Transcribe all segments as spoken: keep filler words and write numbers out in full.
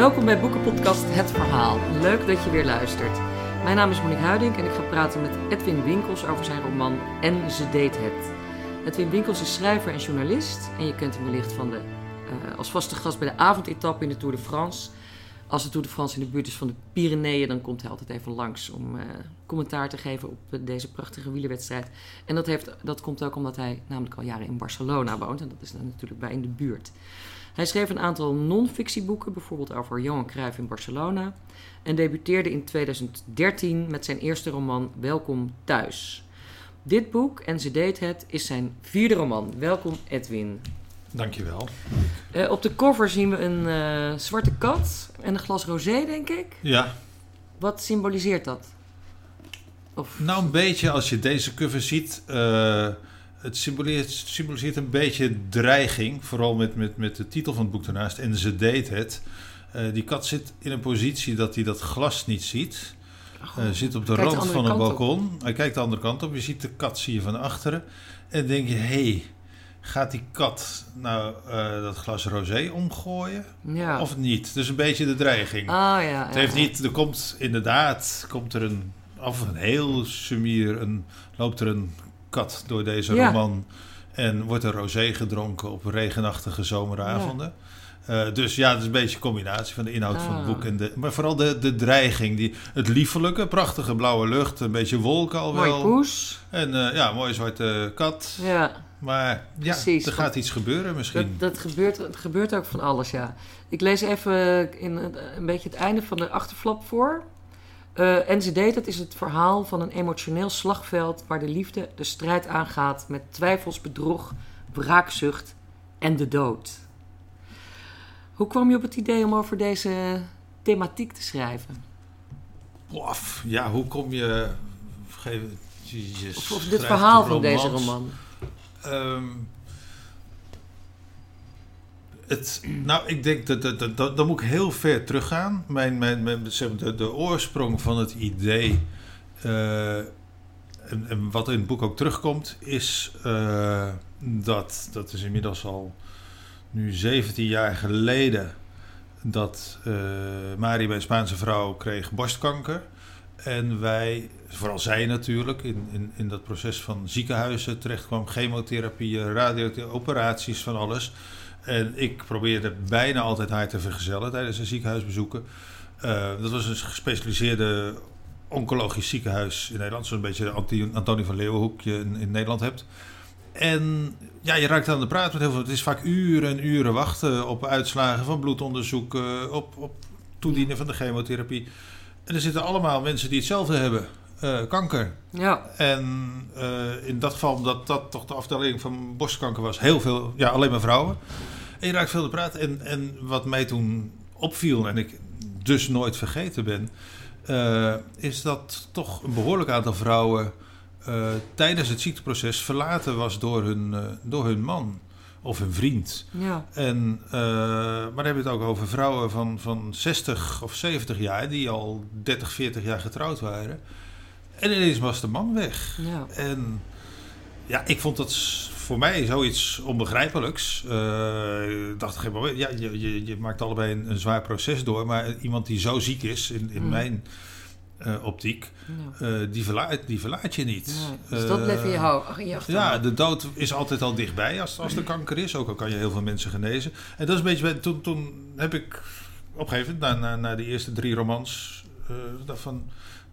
Welkom bij Boekenpodcast Het Verhaal. Leuk dat je weer luistert. Mijn naam is Monique Huiding en ik ga praten met Edwin Winkels over zijn roman En ze deed het. Edwin Winkels is schrijver en journalist en je kent hem wellicht van de, uh, als vaste gast bij de avondetappe in de Tour de France. Als de Tour de France in de buurt is van de Pyreneeën, dan komt hij altijd even langs om uh, commentaar te geven op uh, deze prachtige wielerwedstrijd. En dat, heeft, dat komt ook omdat hij namelijk al jaren in Barcelona woont en dat is dan natuurlijk bij in de buurt. Hij schreef een aantal non-fictieboeken, bijvoorbeeld over Johan Cruijff in Barcelona, en debuteerde in tweeduizend dertien met zijn eerste roman Welkom thuis. Dit boek, En ze deed het, is zijn vierde roman. Welkom Edwin. Dankjewel. Uh, op de cover zien we een uh, zwarte kat en een glas rosé, denk ik. Ja. Wat symboliseert dat? Of... Nou, een beetje als je deze cover ziet. Uh, het symboliseert, symboliseert een beetje dreiging. Vooral met, met, met de titel van het boek ernaast. En ze deed het. Uh, die kat zit in een positie dat hij dat glas niet ziet. Hij uh, zit op de rand de van een balkon. Op. Hij kijkt de andere kant op. Je ziet de kat, zie je van achteren. En dan denk je, hé... Hey, gaat die kat nou uh, dat glas rosé omgooien? Ja. Of niet? Dus een beetje de dreiging. Oh, ja, het heeft ja, niet, er komt inderdaad, komt er een, of een heel sumier, een, loopt er een kat door deze ja. roman en wordt er rosé gedronken op regenachtige zomeravonden. Ja. Uh, dus ja, het is een beetje een combinatie van de inhoud oh. van het boek en de, maar vooral de, de dreiging, die, het liefelijke, prachtige blauwe lucht, een beetje wolken al wel. Mooi poes. En uh, ja, mooie zwarte kat. Ja. Maar ja, Precies, er gaat iets gebeuren misschien. Dat, dat gebeurt, het gebeurt ook van alles, ja. Ik lees even in een beetje het einde van de achterflap voor. Uh, en ze deed het is het verhaal van een emotioneel slagveld waar de liefde de strijd aangaat met twijfels, bedrog, wraakzucht en de dood. Hoe kwam je op het idee om over deze thematiek te schrijven? Of, ja, hoe kom je... je, je of, of dit verhaal van deze roman? Um, het, nou, ik denk dat, dat, dat, dat dan moet ik heel ver teruggaan. Mijn, mijn, mijn, zeg maar, de, de oorsprong van het idee, uh, en, en wat in het boek ook terugkomt, is uh, dat, dat is inmiddels al nu zeventien jaar geleden, dat uh, Marie, mijn Spaanse vrouw, kreeg borstkanker. En wij, vooral zij natuurlijk, in, in, in dat proces van ziekenhuizen terecht kwam, chemotherapie, radiotherapie, operaties, van alles. En ik probeerde bijna altijd haar te vergezellen tijdens de ziekenhuisbezoeken. Uh, dat was een gespecialiseerde oncologisch ziekenhuis in Nederland, zo'n beetje de Antonie van Leeuwenhoek je in, in Nederland hebt. En ja, je raakt aan de praat met heel veel. Het is vaak uren en uren wachten op uitslagen van bloedonderzoeken, op, op toedienen van de chemotherapie. En er zitten allemaal mensen die hetzelfde hebben. Uh, kanker. Ja. En uh, in dat geval, omdat dat toch de afdeling van borstkanker was, heel veel, ja, alleen maar vrouwen. En je raakt veel te praten. En, en wat mij toen opviel, en ik dus nooit vergeten ben, uh, is dat toch een behoorlijk aantal vrouwen uh, tijdens het ziekteproces verlaten was door hun, uh, door hun man. Of een vriend. Ja. En, uh, maar dan heb je het ook over vrouwen van, van zestig of zeventig jaar... die al dertig, veertig jaar getrouwd waren. En ineens was de man weg. Ja. En ja, ik vond dat voor mij zoiets onbegrijpelijks. Uh, ik dacht, ja, je, je, je maakt allebei een, een zwaar proces door... maar iemand die zo ziek is, in, in mm. mijn... Uh, optiek, ja. uh, die, verlaat, die verlaat je niet. Ja, dus dat blijft in je houden. Ja, de dood is altijd al dichtbij als, als er kanker is. Ook al kan je heel veel mensen genezen. En dat is een beetje... Toen, toen heb ik op een gegeven moment, na, na, na die eerste drie romans... Uh, dacht van,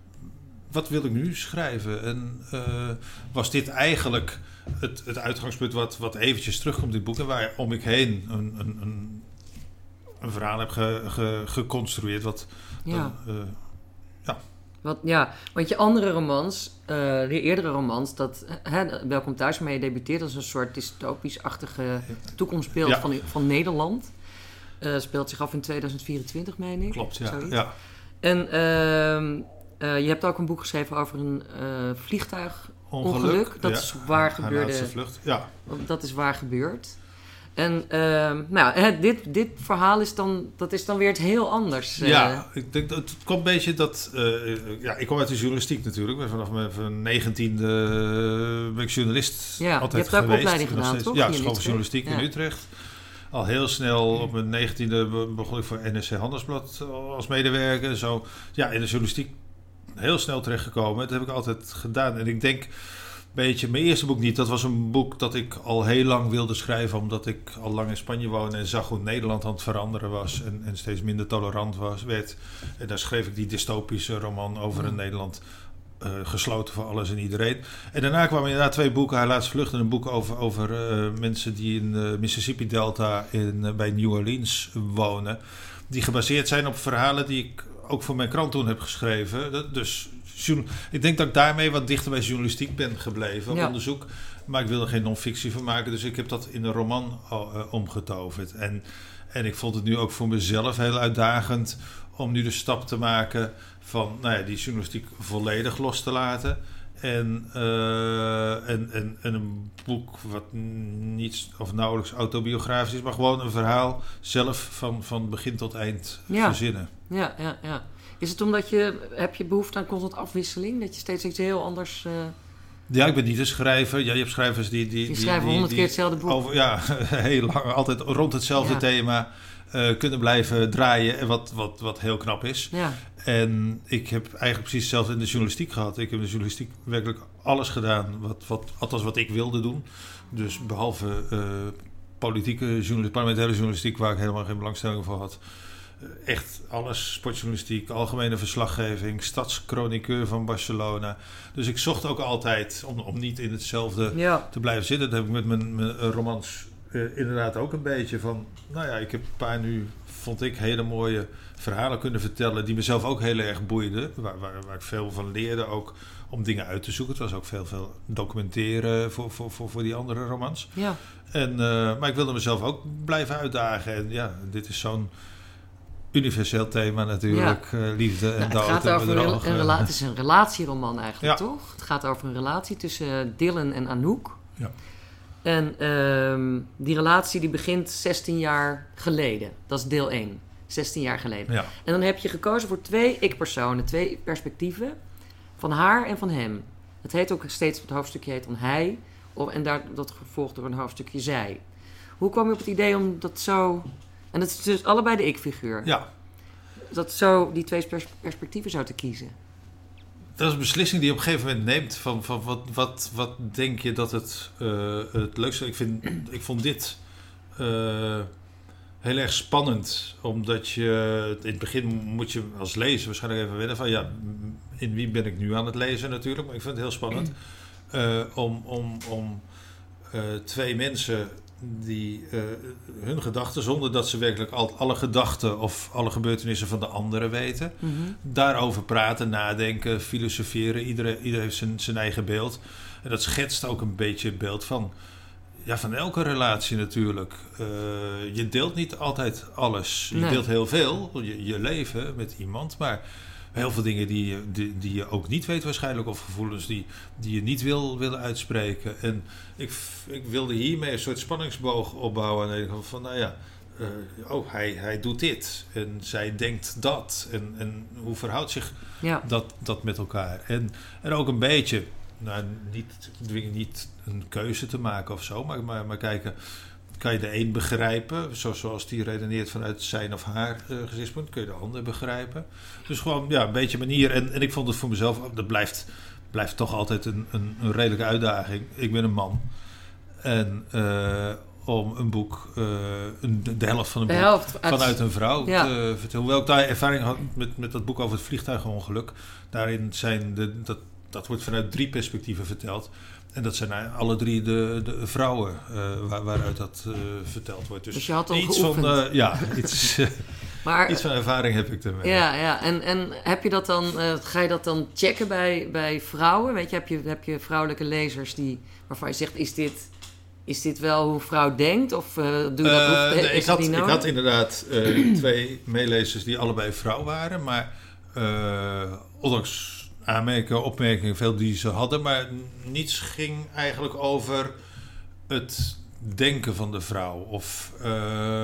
wat wil ik nu schrijven? En uh, was dit eigenlijk het, het uitgangspunt wat, wat eventjes terugkomt in het boek... en waar om ik heen een, een, een, een verhaal heb ge, ge, geconstrueerd... wat ja. Dan, uh, ja... Wat, ja, want je andere romans, uh, de eerdere romans, dat hè, Welkom thuis, waarmee je debuteert als een soort dystopisch-achtige toekomstbeeld ja. van, van Nederland. Uh, speelt zich af in tweeduizend vierentwintig, meen ik. Klopt, ja. Zoiets. ja. En uh, uh, je hebt ook een boek geschreven over een uh, vliegtuigongeluk. Ongeluk, dat ja. is waar gebeurde. Vlucht, ja. Dat is waar gebeurd. En uh, nou, hè, dit, dit verhaal is dan, dat is dan weer het heel anders. Uh. Ja, ik denk dat het komt een beetje dat... Uh, ja, ik kom uit de journalistiek natuurlijk. Vanaf mijn negentiende uh, ben ik journalist ja, altijd je hebt geweest. Ook opleiding gedaan, toch? Ja, school van journalistiek ja. in Utrecht. al heel snel op mijn negentiende begon ik voor N R C Handelsblad als medewerker. Zo, ja, in de journalistiek heel snel terechtgekomen. Dat heb ik altijd gedaan. En ik denk, beetje, mijn eerste boek niet. Dat was een boek dat ik al heel lang wilde schrijven, omdat ik al lang in Spanje woonde en zag hoe Nederland aan het veranderen was en, en steeds minder tolerant was, werd. En daar schreef ik die dystopische roman over een Nederland uh, gesloten voor alles en iedereen. En daarna kwamen inderdaad twee boeken. Hij laatst vluchten, een boek over, over uh, mensen die in de Mississippi Delta in, uh, bij New Orleans wonen. Die gebaseerd zijn op verhalen die ik ook voor mijn krant toen heb geschreven. Dat, dus ik denk dat ik daarmee wat dichter bij journalistiek ben gebleven, ja. onderzoek. Maar ik wil er geen non-fictie van maken. Dus ik heb dat in een roman uh, omgetoverd. En, en ik vond het nu ook voor mezelf heel uitdagend om nu de stap te maken van nou ja, die journalistiek volledig los te laten. En, uh, en, en, en een boek wat niet of nauwelijks autobiografisch is, maar gewoon een verhaal zelf van, van begin tot eind ja. verzinnen. Ja, ja, ja. Is het omdat je, heb je behoefte aan constant afwisseling? Dat je steeds iets heel anders... Uh... Ja, ik ben niet een schrijver. Ja, je hebt schrijvers die... Die, die schrijven honderd keer hetzelfde boek. Over, ja, heel lang, altijd rond hetzelfde ja. thema uh, kunnen blijven draaien. Wat, wat, wat heel knap is. Ja. En ik heb eigenlijk precies hetzelfde in de journalistiek gehad. Ik heb in de journalistiek werkelijk alles gedaan. Wat, wat, althans wat ik wilde doen. Dus behalve uh, politieke journalistiek, parlementaire journalistiek, waar ik helemaal geen belangstelling voor had. Echt alles, sportjournalistiek, algemene verslaggeving, stadschroniqueur van Barcelona. Dus ik zocht ook altijd om, om niet in hetzelfde ja. te blijven zitten. Dat heb ik met mijn, mijn romans uh, inderdaad ook een beetje van... Nou ja, ik heb een paar nu, vond ik, hele mooie verhalen kunnen vertellen... die mezelf ook heel erg boeiden. Waar, waar, waar ik veel van leerde ook om dingen uit te zoeken. Het was ook veel, veel documenteren voor, voor, voor, voor die andere romans. Ja. En, uh, maar ik wilde mezelf ook blijven uitdagen. En ja, dit is zo'n... universeel thema natuurlijk, ja. uh, liefde en nou, dood. Het gaat over een, een, rela- het is een relatieroman eigenlijk, ja. toch? Het gaat over een relatie tussen Dylan en Anouk. Ja. En um, die relatie die begint zestien jaar geleden. Dat is deel één. zestien jaar geleden. Ja. En dan heb je gekozen voor twee ik-personen, twee perspectieven. Van haar en van hem. Het heet ook steeds, het hoofdstukje heet dan hij. En daar, dat gevolgd door een hoofdstukje zij. Hoe kwam je op het idee om dat zo... En dat is dus allebei de ik-figuur. Ja. Dat zo die twee pers- perspectieven zou te kiezen. Dat is een beslissing die je op een gegeven moment neemt. Van, van wat, wat, wat denk je dat het, uh, het leukste is? Ik, vind, ik vond dit uh, heel erg spannend. Omdat je... In het begin moet je als lezer waarschijnlijk even wennen van... Ja, in wie ben ik nu aan het lezen natuurlijk? Maar ik vind het heel spannend. Uh, om om, om uh, twee mensen... die uh, hun gedachten, zonder dat ze werkelijk al, alle gedachten of alle gebeurtenissen van de anderen weten, mm-hmm. daarover praten, nadenken, filosoferen. Iedereen, iedereen heeft zijn, zijn eigen beeld. En dat schetst ook een beetje het beeld van, ja, van elke relatie natuurlijk. Uh, je deelt niet altijd alles. Je nee. deelt heel veel, je, je leven met iemand, maar... Heel veel dingen die, die, die je ook niet weet waarschijnlijk. Of gevoelens die, die je niet wil willen uitspreken. En ik, ik wilde hiermee een soort spanningsboog opbouwen. En ik dacht van, nou ja, uh, oh, hij, hij doet dit. En zij denkt dat. En, en hoe verhoudt zich ja. dat, dat met elkaar? En, en ook een beetje, nou, niet, dwing niet een keuze te maken of zo. Maar, maar, maar kijken... Kan je de een begrijpen, zoals die redeneert vanuit zijn of haar uh, gezichtspunt, kun je de ander begrijpen. Dus gewoon ja, een beetje manier. En, en ik vond het voor mezelf, dat blijft, blijft toch altijd een, een, een redelijke uitdaging. Ik ben een man. En uh, om een boek, uh, een, de helft van een boek helft, vanuit een vrouw ja. te vertellen. Hoewel ik daar ervaring had met, met dat boek over het vliegtuigongeluk. Daarin zijn de, dat, dat wordt vanuit drie perspectieven verteld. En dat zijn alle drie de, de vrouwen uh, waar, waaruit dat uh, verteld wordt. Dus, dus je had al iets geoefend. van, uh, ja, iets, maar, iets van ervaring heb ik ermee. Ja, ja. En, en heb je dat dan, uh, ga je dat dan checken bij, bij vrouwen? Weet je, heb je, heb je vrouwelijke lezers die, waarvan je zegt, is dit, is dit wel hoe een vrouw denkt? Of uh, doe je dat? Uh, hoeft, nee, ik, had, ik had inderdaad uh, twee meelezers die allebei vrouw waren. Maar uh, ondanks... aanmerken, opmerkingen, veel die ze hadden, maar niets ging eigenlijk over het denken van de vrouw. Of uh,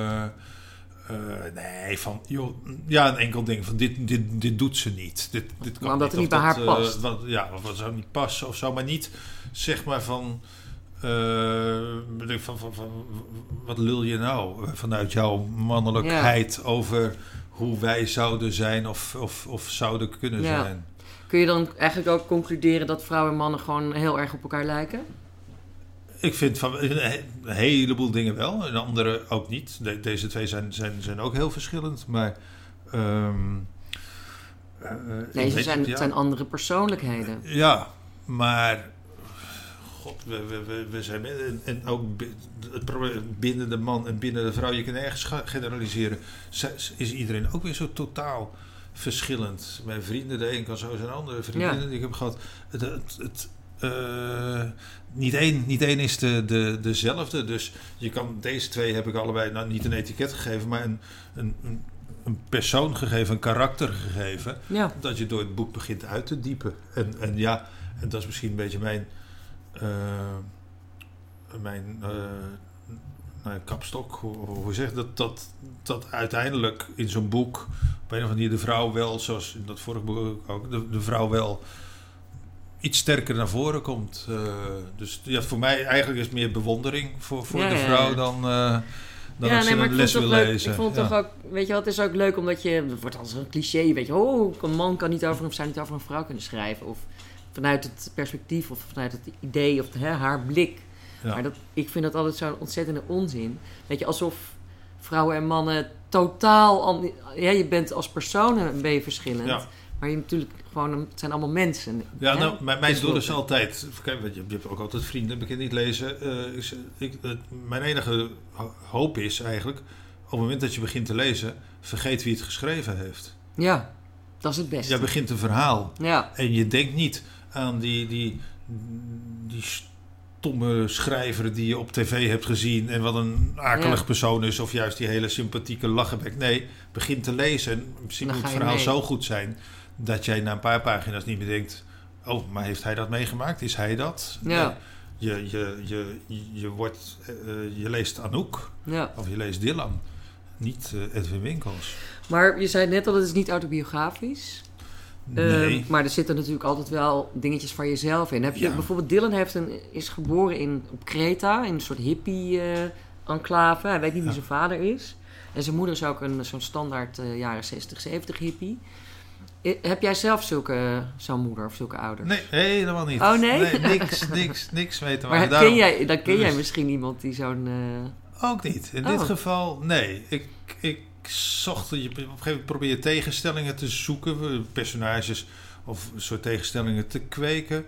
uh, nee, van joh, ja, een enkel ding van dit, dit, dit doet ze niet. Dit, dit kan maar omdat niet, het niet bij dat, haar past. Uh, wat, ja, of wat zou niet passen of zo, maar niet zeg maar van Uh, van, van, van, wat lul je nou vanuit jouw mannelijkheid ja. over hoe wij zouden zijn of, of, of zouden kunnen ja. zijn. Kun je dan eigenlijk ook concluderen dat vrouwen en mannen gewoon heel erg op elkaar lijken? Ik vind van een heleboel dingen wel, en andere ook niet. De, deze twee zijn, zijn, zijn ook heel verschillend, maar... Um, uh, nee, ze zijn, ja. zijn andere persoonlijkheden. Ja, maar... God, we, we, we zijn... En, en ook het probleem binnen de man en binnen de vrouw, je kan ergens generaliseren, is iedereen ook weer zo totaal verschillend. Mijn vrienden, de een kan zo zijn, andere vriendinnen ja. die ik heb gehad. Het... het, het Uh, niet één, niet één is de, de, dezelfde. Dus je kan, deze twee heb ik allebei nou, niet een etiket gegeven, maar een, een, een, een persoon gegeven, een karakter gegeven. Ja. Dat je door het boek begint uit te diepen. En, en ja, en dat is misschien een beetje mijn, uh, mijn uh, nou, kapstok. Hoe, hoe zeg je dat, dat? Dat uiteindelijk in zo'n boek, op een of andere manier de vrouw wel, zoals in dat vorige boek ook, de, de vrouw wel iets sterker naar voren komt. Uh, dus ja, voor mij eigenlijk is het meer bewondering voor, voor ja, de vrouw ja, ja. dan, uh, dan ja, als nee, ze een les wil leuk. lezen. Ik vond het ja. toch ook, weet je wat, het is ook leuk omdat je, het wordt als een cliché, weet je, oh, een man kan niet over een, zou niet over een vrouw kunnen schrijven. Of vanuit het perspectief of vanuit het idee of hè, haar blik. Ja. Maar dat, ik vind dat altijd zo'n ontzettende onzin. Weet je, alsof vrouwen en mannen totaal, ja, je bent als personen ben je verschillend. Ja. Maar je natuurlijk gewoon, het zijn allemaal mensen. Ja, hè? nou, mijn, mijn doel is altijd... Kijk, je, je hebt ook altijd vrienden, ik kan niet lezen. Uh, ik, ik, uh, mijn enige hoop is eigenlijk, op het moment dat je begint te lezen, vergeet wie het geschreven heeft. Ja, dat is het beste. Je begint een verhaal. Ja. En je denkt niet aan die, die, die stomme schrijver die je op tv hebt gezien en wat een akelig ja. persoon is, of juist die hele sympathieke lachenbek. Nee, begin te lezen en misschien moet het verhaal mee. zo goed zijn dat jij na een paar pagina's niet meer denkt, oh, maar heeft hij dat meegemaakt? Is hij dat? Ja. Nee. Je, je, je, je, wordt, uh, je leest Anouk ja. of je leest Dylan, niet uh, Edwin Winkels. Maar je zei net al, het is niet autobiografisch. Nee. Uh, maar er zitten natuurlijk altijd wel dingetjes van jezelf in. Heb je, ja. Bijvoorbeeld Dylan heeft een, is geboren in, op Kreta, in een soort hippie-enclave. Uh, Hij weet niet wie ja. zijn vader is. En zijn moeder is ook een, zo'n standaard uh, jaren zestig, zeventig hippie. Heb jij zelf zulke, zo'n moeder of zulke ouders? Nee, helemaal niet. Oh nee? nee niks, niks, niks mee te maken. Maar Daarom, ken jij, dan ken dus, jij misschien iemand die zo'n... Uh... Ook niet. In oh. dit geval, nee. Ik, ik zocht... Op een gegeven moment probeer je tegenstellingen te zoeken. Personages of een soort tegenstellingen te kweken.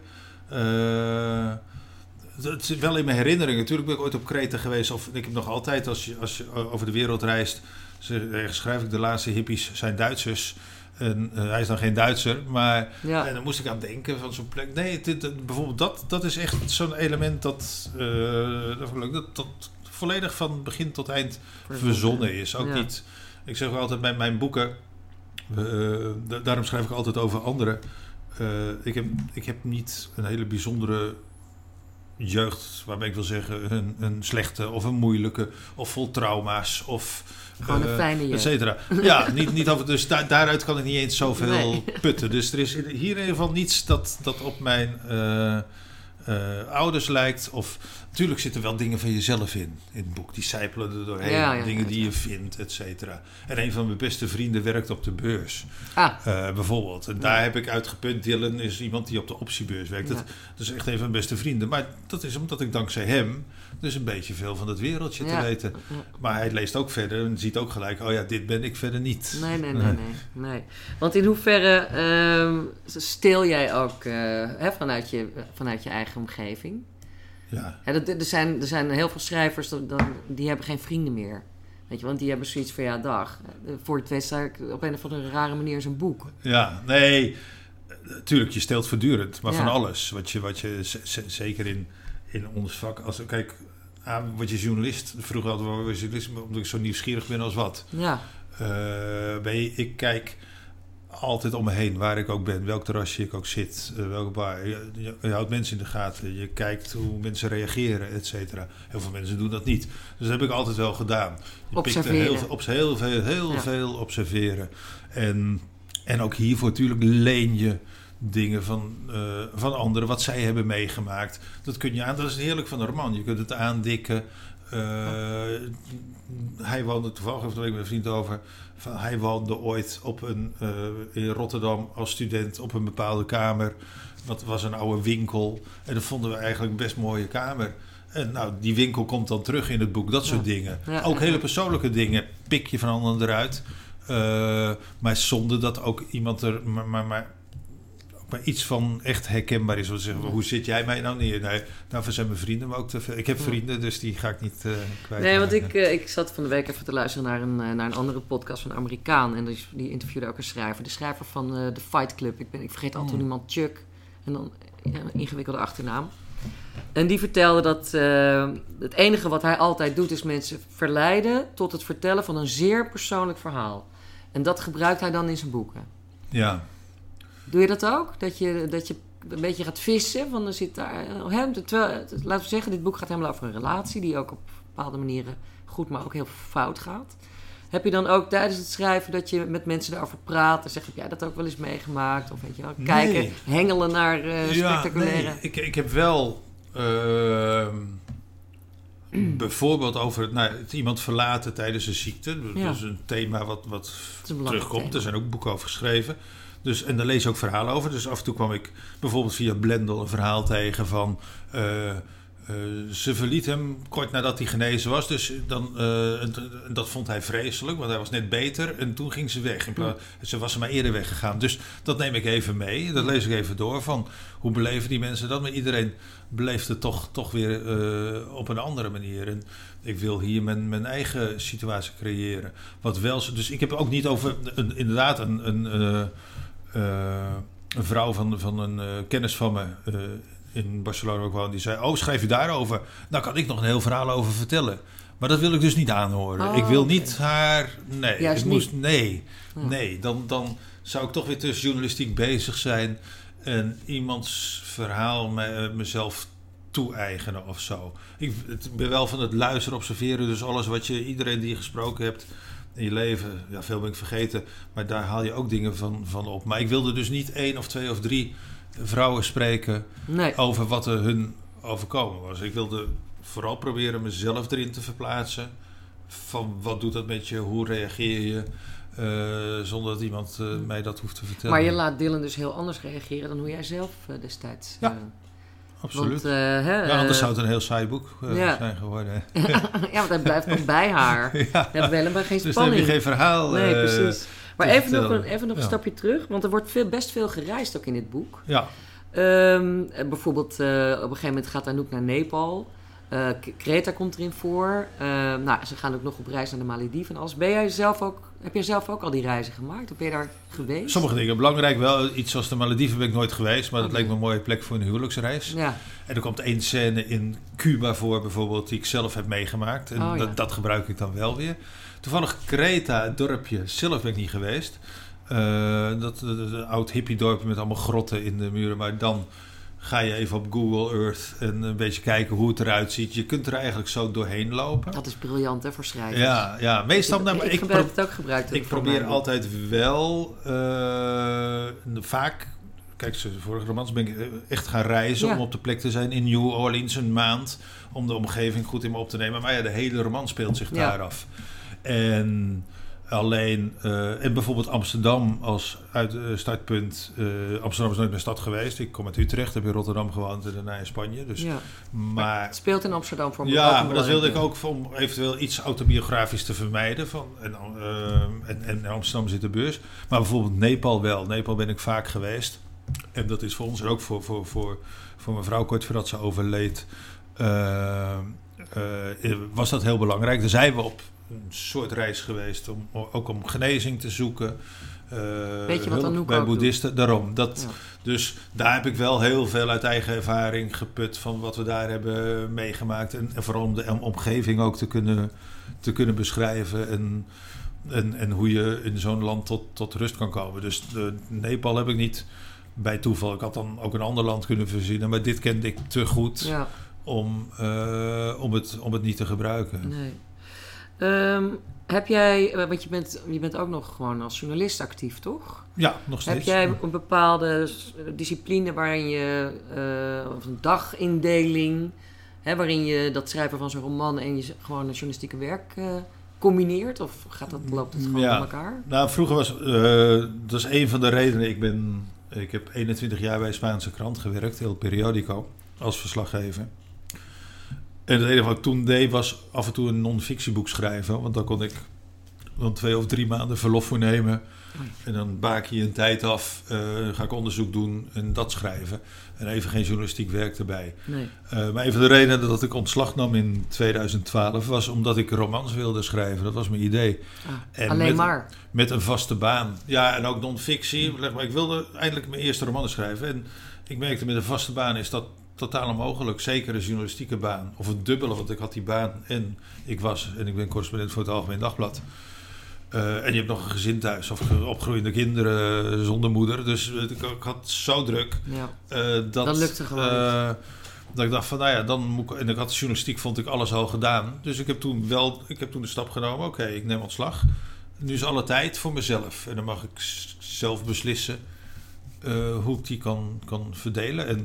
Uh, het is wel in mijn herinnering. Natuurlijk ben ik ooit op Kreta geweest. Of ik heb nog altijd, als je, als je over de wereld reist, schrijf ik de laatste hippies zijn Duitsers. En, uh, hij is dan geen Duitser, maar ja. en dan moest ik aan denken van zo'n plek. Nee, dit, dit, bijvoorbeeld dat, dat is echt zo'n element dat, uh, dat, dat volledig van begin tot eind verzonnen is. Ook ja. niet. Ik zeg ook altijd bij mijn boeken, uh, da- daarom schrijf ik altijd over anderen. Uh, ik, heb, ik heb niet een hele bijzondere jeugd, waarmee ik wil zeggen een, een slechte of een moeilijke of vol trauma's of gewoon een fijne jeugd. Et cetera. Ja, niet, niet over, dus da- daaruit kan ik niet eens zoveel nee. putten. Dus er is hier in ieder geval niets dat, dat op mijn uh, uh, ouders lijkt. Of natuurlijk zitten wel dingen van jezelf in, in het boek. Die sijpelen er doorheen. Ja, ja, dingen die ja. je vindt, et cetera. En een van mijn beste vrienden werkt op de beurs. Ah. Uh, bijvoorbeeld. En daar ja. heb ik uitgeput. Dylan is iemand die op de optiebeurs werkt. Ja. Dat, dat is echt een van mijn beste vrienden. Maar dat is omdat ik dankzij hem dus een beetje veel van het wereldje ja. te weten. Ja. Maar hij leest ook verder en ziet ook gelijk, oh ja, dit ben ik verder niet. Nee, nee, nee. nee, nee. Want in hoeverre uh, steel jij ook uh, hè, vanuit, je, vanuit je eigen omgeving? Ja. Ja, er, er, zijn, er zijn heel veel schrijvers dat, dat, die hebben geen vrienden meer. Weet je, want die hebben zoiets van, ja, dag. Voor het weet sta ik op een of andere rare manier zijn boek. Ja, nee. Natuurlijk, je steelt voortdurend, maar ja. van alles. Wat je, wat je z- z- zeker in, in ons vak, als kijk, aan wat je journalist, vroeger hadden we journalist, omdat ik zo nieuwsgierig ben als wat. Ja. Uh, ben je, ik kijk altijd om me heen, waar ik ook ben, welk terrasje ik ook zit, uh, welke bar. Je, je, je houdt mensen in de gaten, je kijkt hoe mensen reageren, et cetera. Heel veel mensen doen dat niet. Dus dat heb ik altijd wel gedaan. Je observeren. Heel, op, heel veel, heel ja. veel observeren. En, en ook hiervoor natuurlijk leen je dingen van, uh, van anderen, wat zij hebben meegemaakt. Dat kun je aan, dat is heerlijk van een roman. Je kunt het aandikken. Uh, hij woonde toevallig, of daar ik met een vriend over, van, hij woonde ooit op een, uh, in Rotterdam als student op een bepaalde kamer. Wat was een oude winkel. En dat vonden we eigenlijk een best mooie kamer. En nou, die winkel komt dan terug in het boek. Dat soort ja. dingen. Ja, ook hele persoonlijke dingen pik je van anderen eruit. Uh, maar zonder dat ook iemand er maar, maar, maar, maar iets van echt herkenbaar is. Zeggen, hoe zit jij mij nou neer? Nee, daarvoor zijn mijn vrienden me ook te veel. Ik heb vrienden, dus die ga ik niet uh, kwijt. Nee, want ik, uh, ik zat van de week even te luisteren naar een, uh, naar een andere podcast van een Amerikaan. En die, die interviewde ook een schrijver. De schrijver van uh, The Fight Club. Ik, ben, ik vergeet altijd mm. iemand, Chuck. En dan ja, een ingewikkelde achternaam. En die vertelde dat uh, het enige wat hij altijd doet is mensen verleiden tot het vertellen van een zeer persoonlijk verhaal. En dat gebruikt hij dan in zijn boeken. Ja. Doe je dat ook? Dat je, dat je een beetje gaat vissen? Van er zit daar, hè, terwijl, laten we zeggen, dit boek gaat helemaal over een relatie die ook op bepaalde manieren goed, maar ook heel fout gaat. Heb je dan ook tijdens het schrijven dat je met mensen daarover praat en zegt, heb jij dat ook wel eens meegemaakt? Of weet je wel, kijken, nee. hengelen naar uh, spectaculaire... Ja, nee. ik, ik heb wel uh, mm. bijvoorbeeld over het, nou, het iemand verlaten tijdens een ziekte. Dat ja. is een thema wat, wat terugkomt. Thema. Er zijn ook boeken over geschreven. Dus, en daar lees je ook verhalen over. Dus af en toe kwam ik bijvoorbeeld via Blendel een verhaal tegen van... Uh, Uh, ze verliet hem kort nadat hij genezen was. Dus dan, uh, en, en dat vond hij vreselijk, want hij was net beter. En toen ging ze weg. In plaats, ja. Ze was er maar eerder weggegaan. Dus dat neem ik even mee. Dat lees ik even door. Van hoe beleven die mensen dat? Maar iedereen beleeft het toch, toch weer uh, op een andere manier. En ik wil hier mijn, mijn eigen situatie creëren. Wat wel, dus ik heb ook niet over een, inderdaad een, een, uh, uh, een vrouw van, van een uh, kennis van me... Uh, in Barcelona ook woon, die zei, oh, schrijf je daarover? Nou kan ik nog een heel verhaal over vertellen. Maar dat wil ik dus niet aanhoren. Oh, ik wil okay. niet haar... Nee, Juist ik moest, niet. nee, ja. nee. Dan, dan zou ik toch weer tussen journalistiek bezig zijn en iemands verhaal me, mezelf toe-eigenen of zo. Ik ben wel van het luisteren, observeren, dus alles wat je, iedereen die je gesproken hebt in je leven, ja, veel ben ik vergeten, maar daar haal je ook dingen van, van op. Maar ik wilde dus niet één of twee of drie vrouwen spreken nee. over wat er hun overkomen was. Ik wilde vooral proberen mezelf erin te verplaatsen. Van wat doet dat met je? Hoe reageer je? Uh, zonder dat iemand uh, mij dat hoeft te vertellen. Maar je laat Dylan dus heel anders reageren dan hoe jij zelf uh, destijds... Uh, ja, absoluut. Want, uh, hè, ja, anders uh, zou het een heel saai boek uh, ja. zijn geworden. Ja, want hij blijft nog bij haar. Ja. Dan hebben we helemaal geen dus spanning. Dus dan heb je geen verhaal. Nee, uh, precies. Maar even nog, een, even nog een ja. stapje terug. Want er wordt veel, best veel gereisd ook in dit boek. Ja. Um, bijvoorbeeld, uh, op een gegeven moment gaat Anouk naar Nepal. Uh, Kreta komt erin voor. Uh, nou, ze gaan ook nog op reis naar de Malediven en alles. Ben jij zelf ook, heb jij zelf ook al die reizen gemaakt? Of ben je daar geweest? Sommige dingen. Belangrijk wel. Iets als de Malediven ben ik nooit geweest. Maar dat okay. leek me een mooie plek voor een huwelijksreis. Ja. En er komt één scène in Cuba voor bijvoorbeeld die ik zelf heb meegemaakt. En oh, dat, ja. dat gebruik ik dan wel weer. Toevallig Kreta, het dorpje, zelf ben ik niet geweest. Uh, dat een oud hippiedorpje met allemaal grotten in de muren. Maar dan ga je even op Google Earth en een beetje kijken hoe het eruit ziet. Je kunt er eigenlijk zo doorheen lopen. Dat is briljant, hè, voor schrijvers. Ja, ja meestal... Ik, nou, ik, ik, ik gebruik pro- het ook gebruikt. Ik probeer altijd wel uh, vaak... Kijk, de vorige romans ben ik echt gaan reizen ja. om op de plek te zijn in New Orleans een maand. Om de omgeving goed in me op te nemen. Maar ja, de hele roman speelt zich ja. daar af. En alleen, uh, en bijvoorbeeld Amsterdam als uit, uh, startpunt. Uh, Amsterdam is nooit mijn stad geweest. Ik kom uit Utrecht, heb in Rotterdam gewoond en daarna in Spanje. Dus, ja. maar, het speelt in Amsterdam voor me. Ja, maar dat wilde ik ook om eventueel iets autobiografisch te vermijden. Van, en, uh, en, en in Amsterdam zit de beurs. Maar bijvoorbeeld Nepal wel. Nepal ben ik vaak geweest. En dat is voor ons en ook voor, voor, voor, voor mijn vrouw kort voordat ze overleed. Uh, uh, was dat heel belangrijk. Daar zijn we op een soort reis geweest, om, ook om genezing te zoeken. Uh, Weet je wat Anouk bij ook boeddhisten, doet? Daarom. Dat, ja. Dus daar heb ik wel heel veel uit eigen ervaring geput van wat we daar hebben meegemaakt. En, en vooral om de omgeving ook te kunnen, te kunnen beschrijven. En, en, en hoe je in zo'n land tot, tot rust kan komen. Dus de, Nepal heb ik niet bij toeval. Ik had dan ook een ander land kunnen verzinnen, maar dit kende ik te goed ja. om, uh, om, het, om het niet te gebruiken. Nee. Um, heb jij, want je bent, je bent ook nog gewoon als journalist actief, toch? Ja, nog steeds. Heb jij een bepaalde discipline waarin je, uh, of een dagindeling, hè, waarin je dat schrijven van zo'n roman en je gewoon een journalistieke werk uh, combineert? Of gaat dat, loopt het gewoon ja. met elkaar? Nou, vroeger was, uh, dat is een van de redenen, ik ben, ik heb eenentwintig jaar bij Spaanse krant gewerkt, heel periodico, als verslaggever. En het enige wat ik toen deed was af en toe een non-fictieboek schrijven. Want dan kon ik dan twee of drie maanden verlof voor nemen. En dan baak je een tijd af, uh, ga ik onderzoek doen en dat schrijven. En even geen journalistiek werk erbij. Nee. Uh, maar een van de redenen dat ik ontslag nam in tweeduizend twaalf was omdat ik romans wilde schrijven. Dat was mijn idee. Ah, en alleen met, maar? Met een vaste baan. Ja, en ook non-fictie. Maar ik wilde eindelijk mijn eerste roman schrijven. En ik merkte met een vaste baan is dat totaal onmogelijk. Zeker een journalistieke baan. Of het dubbele, want ik had die baan en ik was, en ik ben correspondent voor het Algemeen Dagblad. Uh, en je hebt nog een gezin thuis of opgroeiende kinderen zonder moeder. Dus ik, ik had zo druk. Ja. Uh, dat, dat lukte gewoon uh, niet. Dat ik dacht van, nou ja, dan moet ik... En ik had de journalistiek, vond ik alles al gedaan. Dus ik heb toen wel, ik heb toen de stap genomen. Oké, okay, ik neem ontslag. Nu is alle tijd voor mezelf. En dan mag ik zelf beslissen uh, hoe ik die kan, kan verdelen. En,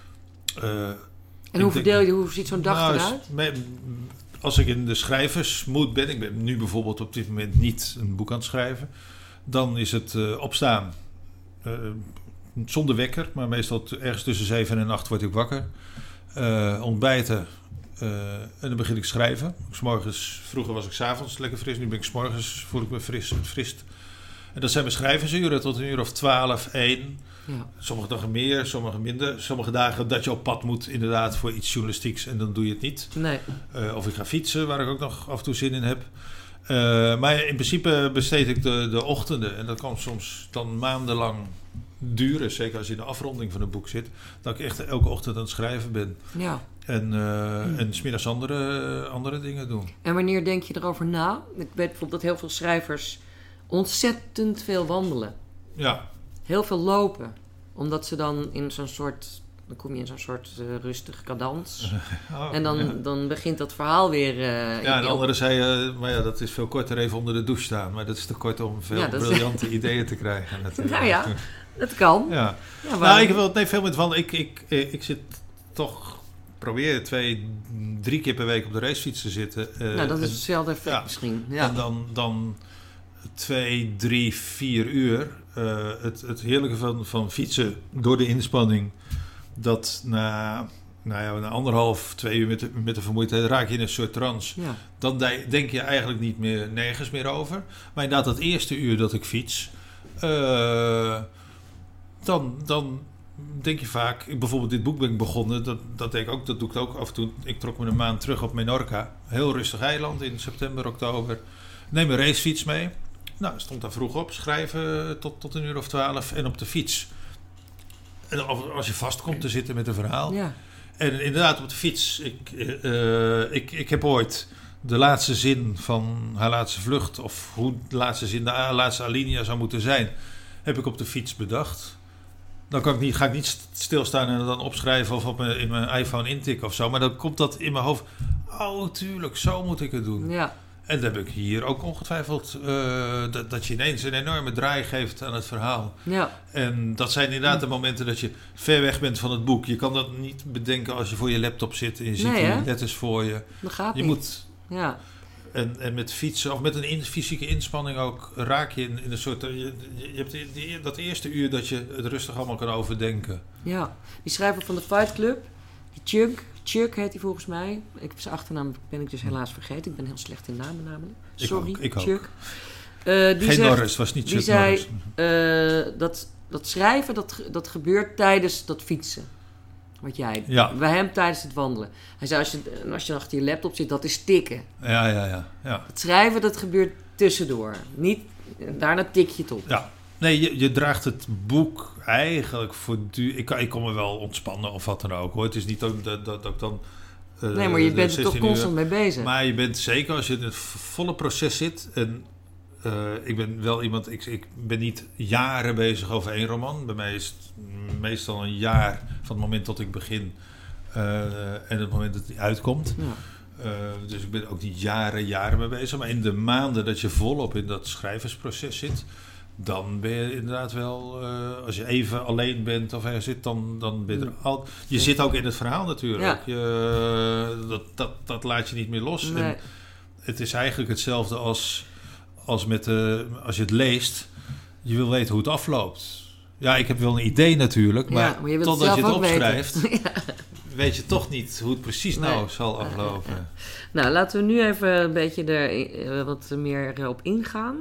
uh, en hoe verdeel je, hoe ziet zo'n dag nou, eruit? Met, als ik in de schrijversmoed ben, ik ben nu bijvoorbeeld op dit moment niet een boek aan het schrijven, dan is het uh, opstaan. Uh, zonder wekker, maar meestal ergens tussen zeven en acht word ik wakker. Uh, ontbijten uh, en dan begin ik schrijven. 'S Morgens, vroeger was ik 's avonds lekker fris, nu ben ik 's morgens, voel ik me fris, fris. En dat zijn mijn schrijversuren tot een uur of twaalf, één. Ja. Sommige dagen meer, sommige minder. Sommige dagen dat je op pad moet inderdaad voor iets journalistieks en dan doe je het niet. Nee. Uh, of ik ga fietsen, waar ik ook nog af en toe zin in heb. Uh, maar in principe besteed ik de, de ochtenden. En dat kan soms dan maandenlang duren. Zeker als je in de afronding van een boek zit. Dat ik echt elke ochtend aan het schrijven ben. Ja. En, uh, hmm. en 's middags andere, andere dingen doen. En wanneer denk je erover na? Ik weet bijvoorbeeld dat heel veel schrijvers ontzettend veel wandelen. Ja. Heel veel lopen. Omdat ze dan in zo'n soort... Dan kom je in zo'n soort uh, rustige cadans. Oh, en dan, ja. dan begint dat verhaal weer... Uh, ja, en anderen zei uh, maar ja, dat is veel korter even onder de douche staan. Maar dat is te kort om veel ja, briljante is... ideeën te krijgen. Natuurlijk. Nou ja, dat kan. Ja. Ja, nou, ik wil nee, veel met wandelen. Ik, ik, ik, ik zit toch... Probeer twee, drie keer per week op de racefiets te zitten. Uh, nou, dat is en, hetzelfde effect ja, misschien. Ja. En dan... dan twee, drie, vier uur. Uh, het, het heerlijke van, van fietsen door de inspanning. Dat na, nou ja, na anderhalf, twee uur met de, met de vermoeidheid raak je in een soort trance. Ja. Dan denk je eigenlijk niet meer nergens meer over. Maar inderdaad, dat eerste uur dat ik fiets. Uh, dan, dan denk je vaak... Bijvoorbeeld dit boek ben ik begonnen. Dat, dat, deed ik ook, dat doe ik ook af en toe. Ik trok me een maand terug op Menorca. Heel rustig eiland in september, oktober. Neem een racefiets mee. Nou, stond daar vroeg op, schrijven tot, tot een uur of twaalf en op de fiets. En als je vast komt te zitten met een verhaal. Ja. En inderdaad op de fiets. Ik, uh, ik, ik heb ooit de laatste zin van haar laatste vlucht, of hoe de laatste zin, de laatste alinea zou moeten zijn, heb ik op de fiets bedacht. Dan kan ik niet, ga ik niet stilstaan en dan opschrijven of op mijn, in mijn iPhone intikken of zo. Maar dan komt dat in mijn hoofd. Oh, tuurlijk, zo moet ik het doen. Ja. En dat heb ik hier ook ongetwijfeld, uh, dat, dat je ineens een enorme draai geeft aan het verhaal. Ja. En dat zijn inderdaad de momenten dat je ver weg bent van het boek. Je kan dat niet bedenken als je voor je laptop zit en je ziet nee, die letters voor je. Dat gaat je niet. Moet, ja. en, en met fietsen of met een in, fysieke inspanning ook raak je in, in een soort... Je, je hebt die, die, dat eerste uur dat je het rustig allemaal kan overdenken. Ja, die schrijver van de Fight Club, die Chuck... Chuck heet hij volgens mij. Ik, zijn achternaam ben ik dus helaas vergeten. Ik ben heel slecht in namen namelijk. Sorry, ik ook, ik ook. Chuck. Uh, die Geen zegt, Norris, was niet Chuck die zei, Norris. Uh, dat, dat schrijven, dat, dat gebeurt tijdens dat fietsen. Wat jij... Ja. Bij hem tijdens het wandelen. Hij zei, als je, als je achter je laptop zit, dat is tikken. Ja, ja, ja. ja. Het schrijven, dat gebeurt tussendoor. Niet, daarna tik je het op. Ja. Nee, je, je draagt het boek eigenlijk voortdurend... Ik, ik kon me wel ontspannen of wat dan ook, hoor. Het is niet dat, dat, dat ik dan... Uh, nee, maar je bent er toch constant mee bezig. Maar je bent zeker als je in het volle proces zit... En uh, ik ben wel iemand... Ik, ik ben niet jaren bezig over één roman. Bij mij is het meestal een jaar van het moment dat ik begin... Uh, en het moment dat die uitkomt. Ja. Uh, dus ik ben ook niet jaren, jaren mee bezig. Maar in de maanden dat je volop in dat schrijversproces zit, dan ben je inderdaad wel, uh, als je even alleen bent of ergens zit, dan, dan ben je er al. Je ja. zit ook in het verhaal natuurlijk. Ja. Je, dat, dat, dat laat je niet meer los. Nee. En het is eigenlijk hetzelfde als, als, met, uh, als je het leest. Je wil weten hoe het afloopt. Ja, ik heb wel een idee natuurlijk, maar, ja, maar je totdat je het opschrijft, ja. weet je toch niet hoe het precies nee. nou zal aflopen. Ja, ja. Nou, laten we nu even een beetje er wat meer op ingaan.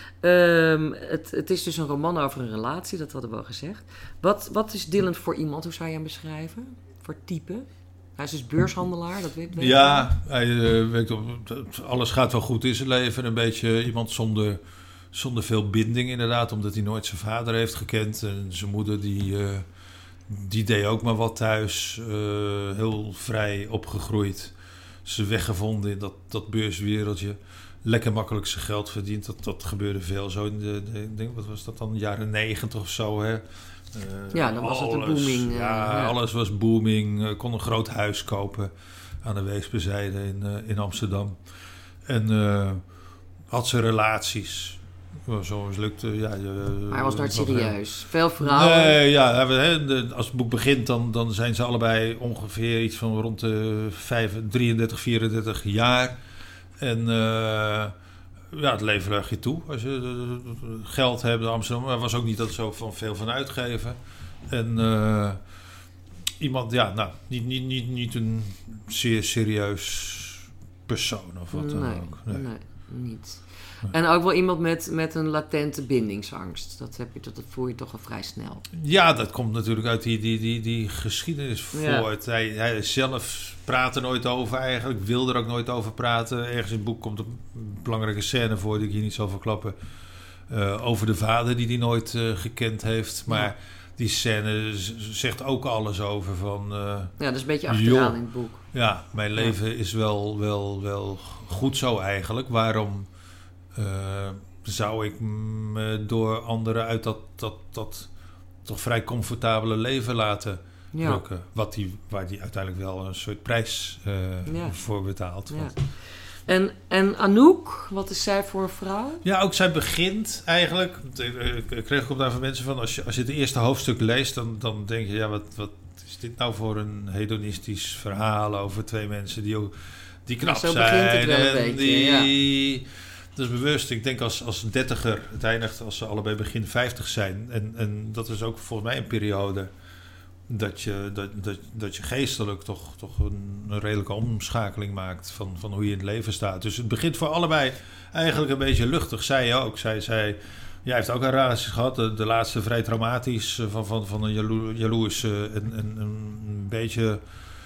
Um, het, het is dus een roman over een relatie, dat hadden we al gezegd. Wat, wat is Dylan voor iemand? Hoe zou je hem beschrijven? Voor type? Hij is dus beurshandelaar, dat weet ik. Ja, hij uh, weet op, alles gaat wel goed in zijn leven. Een beetje iemand zonder, zonder veel binding inderdaad, omdat hij nooit zijn vader heeft gekend. En zijn moeder die, uh, die deed ook maar wat thuis. Uh, heel vrij opgegroeid. Ze weggevonden in dat, dat beurswereldje. Lekker makkelijk zijn geld verdient. Dat, dat gebeurde veel zo in de, de, de wat was dat dan, jaren negentig of zo, hè? Uh, ja, dan was alles, het een booming. Uh, ja, ja, alles was booming. Uh, kon een groot huis kopen aan de Weesperzijde in, uh, in Amsterdam. En uh, had ze relaties. Zo lukte, ja, uh, maar hij was nooit serieus. He. Veel vrouwen. Nee, ja, he, de, als het boek begint, dan, dan zijn ze allebei ongeveer iets van rond de drieëndertig, vierendertig jaar. En uh, ja, het leven leg je toe. Als je uh, geld hebt in Amsterdam. Maar er was ook niet dat zo van veel van uitgeven. En uh, iemand, ja, nou, niet, niet, niet, niet een zeer serieus persoon of wat dan nee, ook. Nee, nee niet. Nee. En ook wel iemand met, met een latente bindingsangst. Dat, heb je, dat voel je toch al vrij snel. Ja, dat komt natuurlijk uit die, die, die, die geschiedenis voort. Ja. Hij, hij zelf praat er nooit over eigenlijk. Wil er ook nooit over praten. Ergens in het boek komt een belangrijke scène voor die ik hier niet zal verklappen. Uh, over de vader die hij nooit uh, gekend heeft. Maar ja. die scène z- zegt ook alles over van... Uh, ja, dat is een beetje achteraan in het boek. Ja, mijn leven ja. is wel, wel, wel goed zo eigenlijk. Waarom... Uh, zou ik me door anderen uit dat, dat, dat toch vrij comfortabele leven laten ja. drukken. Wat die, waar die uiteindelijk wel een soort prijs uh, ja. voor betaalt. Ja. En, en Anouk, wat is zij voor een vrouw? Ja, ook zij begint eigenlijk... Ik kreeg ook daar van mensen van... Als je, als je het eerste hoofdstuk leest, dan, dan denk je... Ja, wat, wat is dit nou voor een hedonistisch verhaal over twee mensen die, die knap ja, zo zijn. Begint het wel een beetje, die, ja. Dat is bewust. Ik denk als, als dertiger, het eindigt als ze allebei begin vijftig zijn. En, en dat is ook volgens mij een periode dat je, dat, dat, dat je geestelijk toch, toch een, een redelijke omschakeling maakt van, van hoe je in het leven staat. Dus het begint voor allebei eigenlijk een beetje luchtig. Zij ook. Zij, zij jij heeft ook een relatie gehad. De, de laatste vrij traumatisch van, van, van een jalo, jaloers en, en een beetje...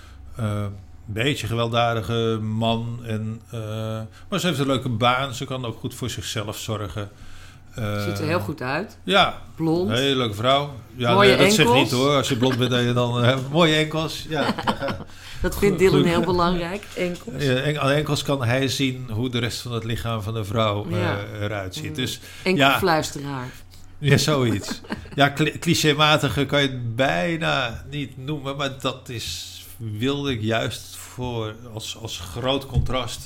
Uh, Een beetje gewelddadige man. En, uh, maar ze heeft een leuke baan. Ze kan ook goed voor zichzelf zorgen. Uh, Ziet er heel goed uit. Ja. Blond. Een hele leuke vrouw. Ja, mooie nee, dat enkels. zegt niet hoor. Als je blond bent, dan je dan uh, mooie enkels. Ja. Dat vindt Dylan heel belangrijk. Enkels. Ja, en, aan enkels kan hij zien hoe de rest van het lichaam van de vrouw uh, ja. eruit ziet. Dus, enkelfluisteraar. Ja, ja, zoiets. Ja, cl- clichématige kan je het bijna niet noemen. Maar dat is... wilde ik juist voor als, als groot contrast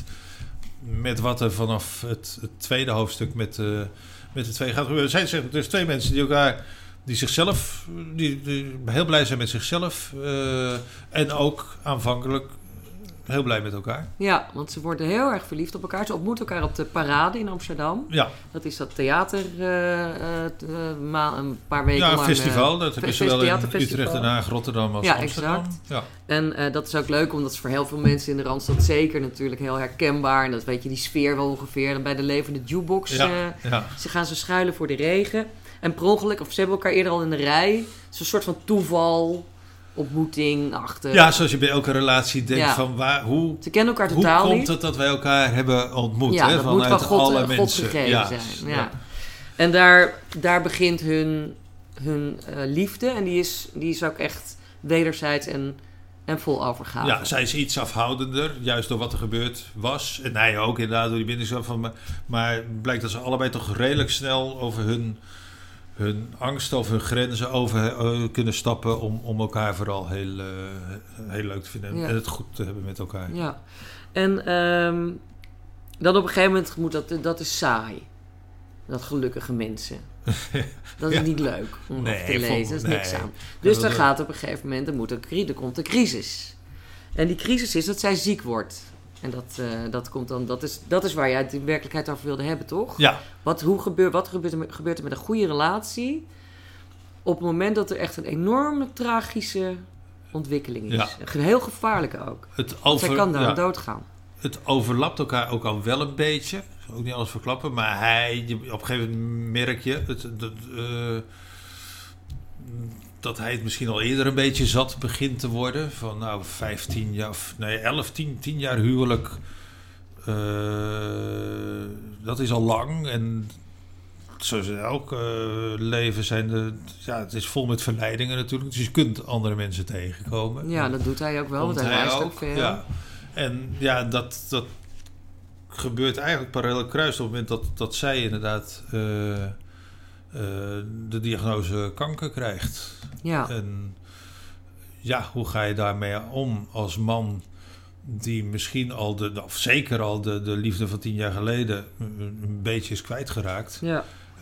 met wat er vanaf het, het tweede hoofdstuk met, uh, met de twee gaat gebeuren. Er zijn dus twee mensen die elkaar, die zichzelf, die, die heel blij zijn met zichzelf uh, en ook aanvankelijk heel blij met elkaar. Ja, want ze worden heel erg verliefd op elkaar. Ze ontmoeten elkaar op de Parade in Amsterdam. Ja. Dat is dat theater uh, uh, ma- een paar weken lang. Ja, een festival. Uh, dat heb je zowel in Utrecht, Den Haag, Rotterdam als ja, Amsterdam. Exact. Ja, en uh, dat is ook leuk, omdat het voor heel veel mensen in de Randstad zeker natuurlijk heel herkenbaar. En dat weet je, die sfeer wel ongeveer. Bij de levende jukebox. Ja, uh, ja. Ze gaan zo schuilen voor de regen. En per ongeluk, of ze hebben elkaar eerder al in de rij. Het is een soort van toeval... ontmoeting achter. Ja, zoals je bij elke relatie denkt ja. van waar, hoe, ze kennen elkaar totaal hoe komt niet. het dat wij elkaar hebben ontmoet? Ja, hè, dat moet van God, alle God mensen. gegeven ja. zijn. Ja. Ja. En daar, daar begint hun, hun uh, liefde en die is, die is ook echt wederzijds en, en vol overgave. Ja, zij is iets afhoudender, juist door wat er gebeurd was. En hij ook inderdaad door die binding van. Maar, maar blijkt dat ze allebei toch redelijk snel over hun hun angst of hun grenzen over uh, kunnen stappen om, om elkaar vooral heel, uh, heel leuk te vinden ja. en het goed te hebben met elkaar. Ja, en um, dan op een gegeven moment moet dat, dat is saai. Dat gelukkige mensen. Dat is ja. niet leuk om nee, te lezen. Dat is nee. niks aan. Dus dan gaat op een gegeven moment, dan moet er, er komt een crisis. En die crisis is dat zij ziek wordt. En dat, uh, dat, komt dan, dat, is, dat is waar jij het in werkelijkheid over wilde hebben, toch? Ja. Wat, hoe gebeurt, wat gebeurt, er met, gebeurt er met een goede relatie op het moment dat er echt een enorme tragische ontwikkeling is? Ja. Heel gevaarlijke ook. Het over, zij kan daar ja. doodgaan. Het overlapt elkaar ook al wel een beetje. Ook niet alles verklappen. Maar hij, op een gegeven moment merk je het, dat, uh, dat hij het misschien al eerder een beetje zat begint te worden. Van nou, vijftien jaar, of nee, elf, tien, tien jaar huwelijk. Uh, dat is al lang. En zoals in elk uh, leven zijn de, ja, het is vol met verleidingen natuurlijk. Dus je kunt andere mensen tegenkomen. Ja, dat doet hij ook wel, want hij reist ook veel. Ja. En ja, dat, dat gebeurt eigenlijk parallel kruis op het moment dat, dat zij inderdaad uh, uh, de diagnose kanker krijgt. Ja. En ja, hoe ga je daarmee om als man die misschien al, de, of zeker al de, de liefde van tien jaar geleden een, een beetje is kwijtgeraakt. Ja.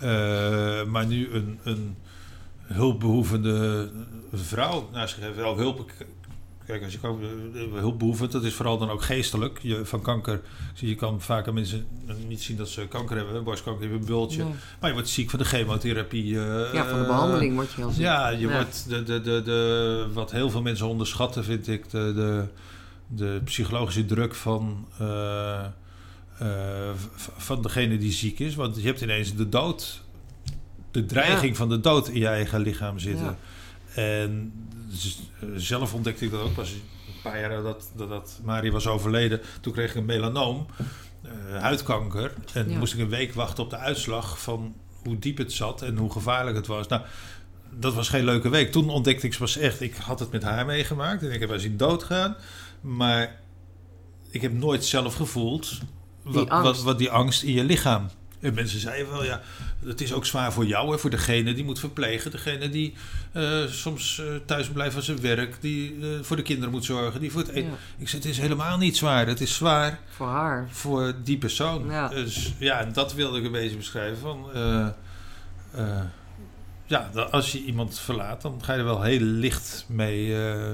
Uh, maar nu een, een hulpbehoevende vrouw naast zich heeft, wel hulp. Kijk, als je kan, hulpbehoevend, dat is vooral dan ook geestelijk. Je, van kanker, zie je kan vaker mensen niet zien dat ze kanker hebben. Borstkanker heeft een bultje. Nee. Maar je wordt ziek van de chemotherapie. Uh, ja, van de behandeling word je heel ziek. Ja, je ja. wordt de, de, de, de, wat heel veel mensen onderschatten, vind ik, de, de, de psychologische druk van, uh, uh, van degene die ziek is. Want je hebt ineens de dood, de dreiging ja. van de dood in je eigen lichaam zitten. Ja. En dus, uh, zelf ontdekte ik dat ook pas een paar jaar nadat dat, dat Marie was overleden. Toen kreeg ik een melanoom, uh, huidkanker. En ja. moest ik een week wachten op de uitslag van hoe diep het zat en hoe gevaarlijk het was. Nou, dat was geen leuke week. Toen ontdekte ik pas echt, ik had het met haar meegemaakt en ik heb haar zien doodgaan. Maar ik heb nooit zelf gevoeld wat die, wat, wat die angst in je lichaam. En mensen zeiden wel, ja, het is ook zwaar voor jou, hè, voor degene die moet verplegen. Degene die uh, soms uh, thuis blijft van zijn werk, die uh, voor de kinderen moet zorgen. Die voor het een... ja. Ik zei, het is helemaal niet zwaar. Het is zwaar voor haar. Voor die persoon. Ja. Dus ja, en dat wilde ik een beetje beschrijven. Van, uh, uh, ja, als je iemand verlaat, dan ga je er wel heel licht mee... Uh,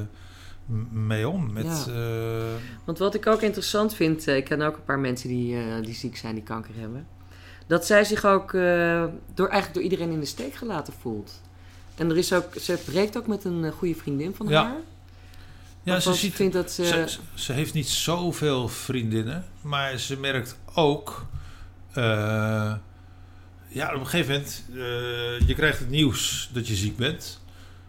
mee om. Met, ja. uh... Want wat ik ook interessant vind, ik ken ook een paar mensen die, uh, die ziek zijn, die kanker hebben. Dat zij zich ook uh, door, eigenlijk door iedereen in de steek gelaten voelt. En er is ook, ze breekt ook met een uh, goede vriendin van ja. haar. Ja, ze, ziet, vindt dat ze... Ze, ze heeft niet zoveel vriendinnen, maar ze merkt ook... Uh, ja, op een gegeven moment, uh, je krijgt het nieuws dat je ziek bent.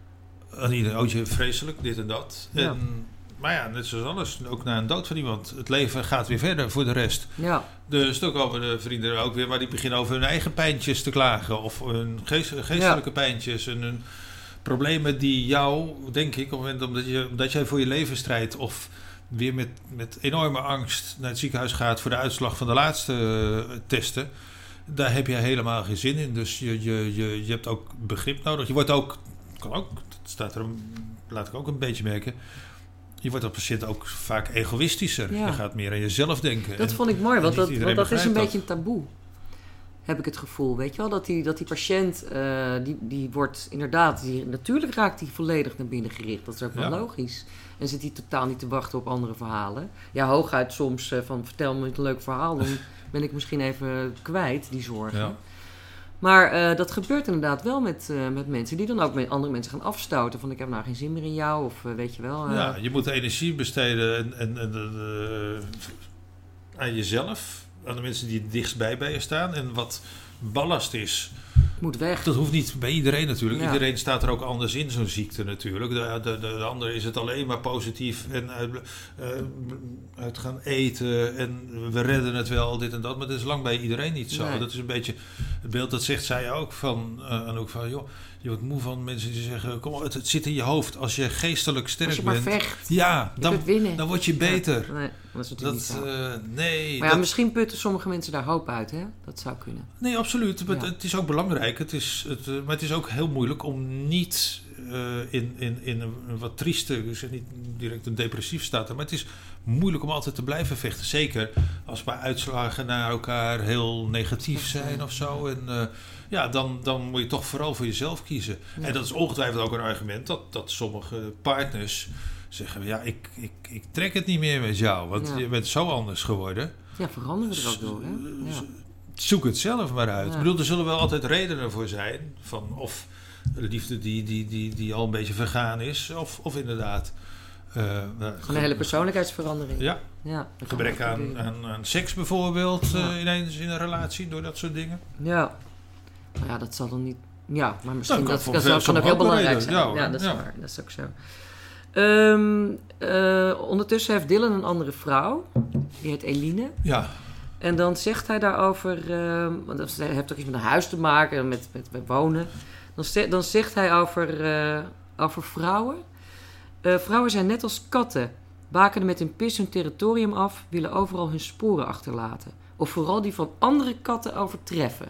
En iedereen, oh, je vreselijk, dit en dat. Ja. En, maar ja, net zoals alles, ook na een dood van iemand. Het leven gaat weer verder voor de rest. Ja. Dus toen komen de vrienden ook weer, maar die beginnen over hun eigen pijntjes te klagen. Of hun geest, geestelijke ja. pijntjes. En hun problemen die jou, denk ik, op het moment omdat, je, omdat jij voor je leven strijdt. Of weer met, met enorme angst naar het ziekenhuis gaat voor de uitslag van de laatste uh, testen. Daar heb je helemaal geen zin in. Dus je, je, je, je hebt ook begrip nodig. Je wordt ook, kan ook, dat staat er, laat ik ook een beetje merken. Je wordt als patiënt ook vaak egoïstischer. Ja. Je gaat meer aan jezelf denken. Dat en, vond ik mooi, want dat, want dat is een dat. beetje een taboe. Heb ik het gevoel, weet je wel? Dat die, dat die patiënt, uh, die, die wordt inderdaad... Die, natuurlijk raakt hij volledig naar binnen gericht. Dat is ook wel ja. logisch. En zit hij totaal niet te wachten op andere verhalen. Ja, hooguit soms uh, van vertel me een leuk verhaal. Dan ben ik misschien even kwijt, die zorgen. Ja. Maar uh, dat gebeurt inderdaad wel met, uh, met mensen die dan ook met andere mensen gaan afstoten. Van ik heb nou geen zin meer in jou of uh, weet je wel. Uh... Ja, je moet energie besteden en, en, en, uh, aan jezelf. Aan de mensen die het dichtstbij bij je staan. En wat ballast is... Moet weg. Dat hoeft niet bij iedereen natuurlijk. Ja. Iedereen staat er ook anders in, zo'n ziekte natuurlijk. De, de, de, de andere is het alleen maar positief en uit, uh, uit gaan eten en we redden het wel, dit en dat. Maar dat is lang bij iedereen niet zo. Nee. Dat is een beetje het beeld, dat zegt zij ook van, uh, en ook van, joh, je wordt moe van mensen die zeggen, kom, het, het zit in je hoofd. Als je geestelijk sterk Als je maar bent, vecht. ja, dan, dan word je beter. Ja. Nee. Dat is natuurlijk dat, niet zo. Uh, nee. Maar ja, dat... misschien putten sommige mensen daar hoop uit, hè? Dat zou kunnen. Nee, absoluut. Maar Ja. het is ook belangrijk. Het is, het, uh, maar het is ook heel moeilijk om niet uh, in, in, in een, een wat trieste, ik zeg niet direct een depressief staat, maar het is moeilijk om altijd te blijven vechten. Zeker als maar uitslagen naar elkaar heel negatief zijn of zo. En uh, ja, dan, dan moet je toch vooral voor jezelf kiezen. Ja. En dat is ongetwijfeld ook een argument dat, dat sommige partners zeggen, ja, ik, ik, ik trek het niet meer met jou, want ja. je bent zo anders geworden. Ja, veranderen we er ook door, hè? Ja. Zoek het zelf maar uit. Ja. Ik bedoel, er zullen wel altijd redenen voor zijn, van of liefde die, die, die, die al een beetje vergaan is, of, of inderdaad... Uh, Gewoon een hele persoonlijkheidsverandering. Ja, ja gebrek aan, aan, aan seks bijvoorbeeld, ja. uh, ineens in een relatie, door dat soort dingen. Ja, nou ja, dat zal dan niet... Ja, maar misschien dat, dat, dat, dat kan ook heel belangrijk zijn. Ja, ja, dat is ja. waar. Dat is ook zo. Um, uh, ondertussen heeft Dylan een andere vrouw. Die heet Eline. Ja. En dan zegt hij daarover... Uh, want hij heeft toch iets met een huis te maken, met, met, met wonen. Dan, ze, dan zegt hij over, uh, over vrouwen... Uh, vrouwen zijn net als katten. Bakenen met hun pis hun territorium af, willen overal hun sporen achterlaten. Of vooral die van andere katten overtreffen.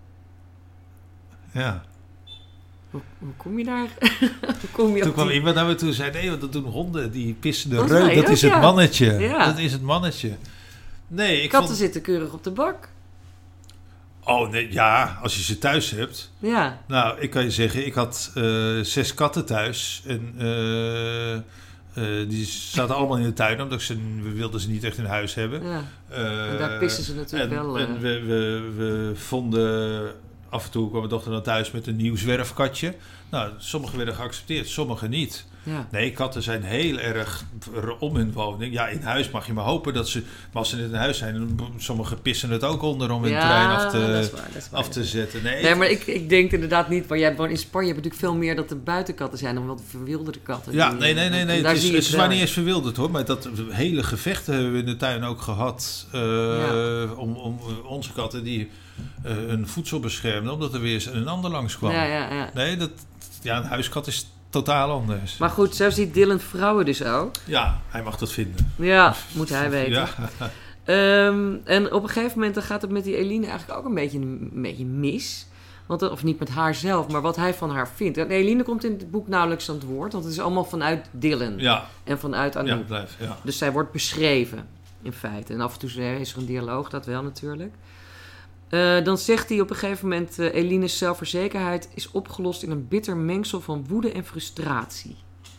Ja. Hoe, hoe kom je daar? hoe kom je toen kwam die... iemand naar me toe en zei, nee, want dat doen honden, die pissen de reuk. Dat ook, is het ja. mannetje. Ja. Dat is het mannetje. Nee, ik katten vond... zitten keurig op de bak. Oh, nee, ja, als je ze thuis hebt. Ja. Nou, ik kan je zeggen, ik had uh, zes katten thuis. En uh, uh, die zaten allemaal in de tuin, omdat ze, we wilden ze niet echt in huis hebben. Ja. Uh, en daar pissen ze natuurlijk en, wel. Uh... En we, we, we vonden... Af en toe kwam mijn dochter dan thuis met een nieuw zwerfkatje. Nou, sommige werden geaccepteerd, sommige niet. Ja. Nee, katten zijn heel erg om hun woning. Ja, in huis mag je maar hopen dat ze... Maar als ze net in huis zijn, sommigen pissen het ook onder om hun ja, terrein af te, dat is waar, dat is waar, af te zetten. Nee, nee maar ik, ik denk inderdaad niet... Maar jij woont in Spanje, heb je natuurlijk veel meer dat er buitenkatten zijn dan wat verwilderde katten. Ja, die, nee, nee, nee. nee. Het is, het is maar niet eens verwilderd hoor. Maar dat hele gevechten hebben we in de tuin ook gehad. Uh, ja. om, om onze katten die... Uh, hun voedsel beschermden, omdat er weer eens een ander langs kwam. Ja, ja, ja. Nee, dat, ja, een huiskat is totaal anders. Maar goed, zo ziet Dylan vrouwen dus ook. Ja, hij mag dat vinden. Ja, moet hij weten. Ja. Um, en op een gegeven moment dan gaat het met die Eline eigenlijk ook een beetje, een beetje mis. Want, of niet met haar zelf, maar wat hij van haar vindt. En Eline komt in het boek nauwelijks aan het woord, want het is allemaal vanuit Dylan. Ja. En vanuit Anouk. Ja, blijf, ja. Dus zij wordt beschreven, in feite. En af en toe is er een dialoog, dat wel natuurlijk. Uh, dan zegt hij op een gegeven moment... Uh, Eline's zelfverzekerheid is opgelost in een bitter mengsel van woede en frustratie.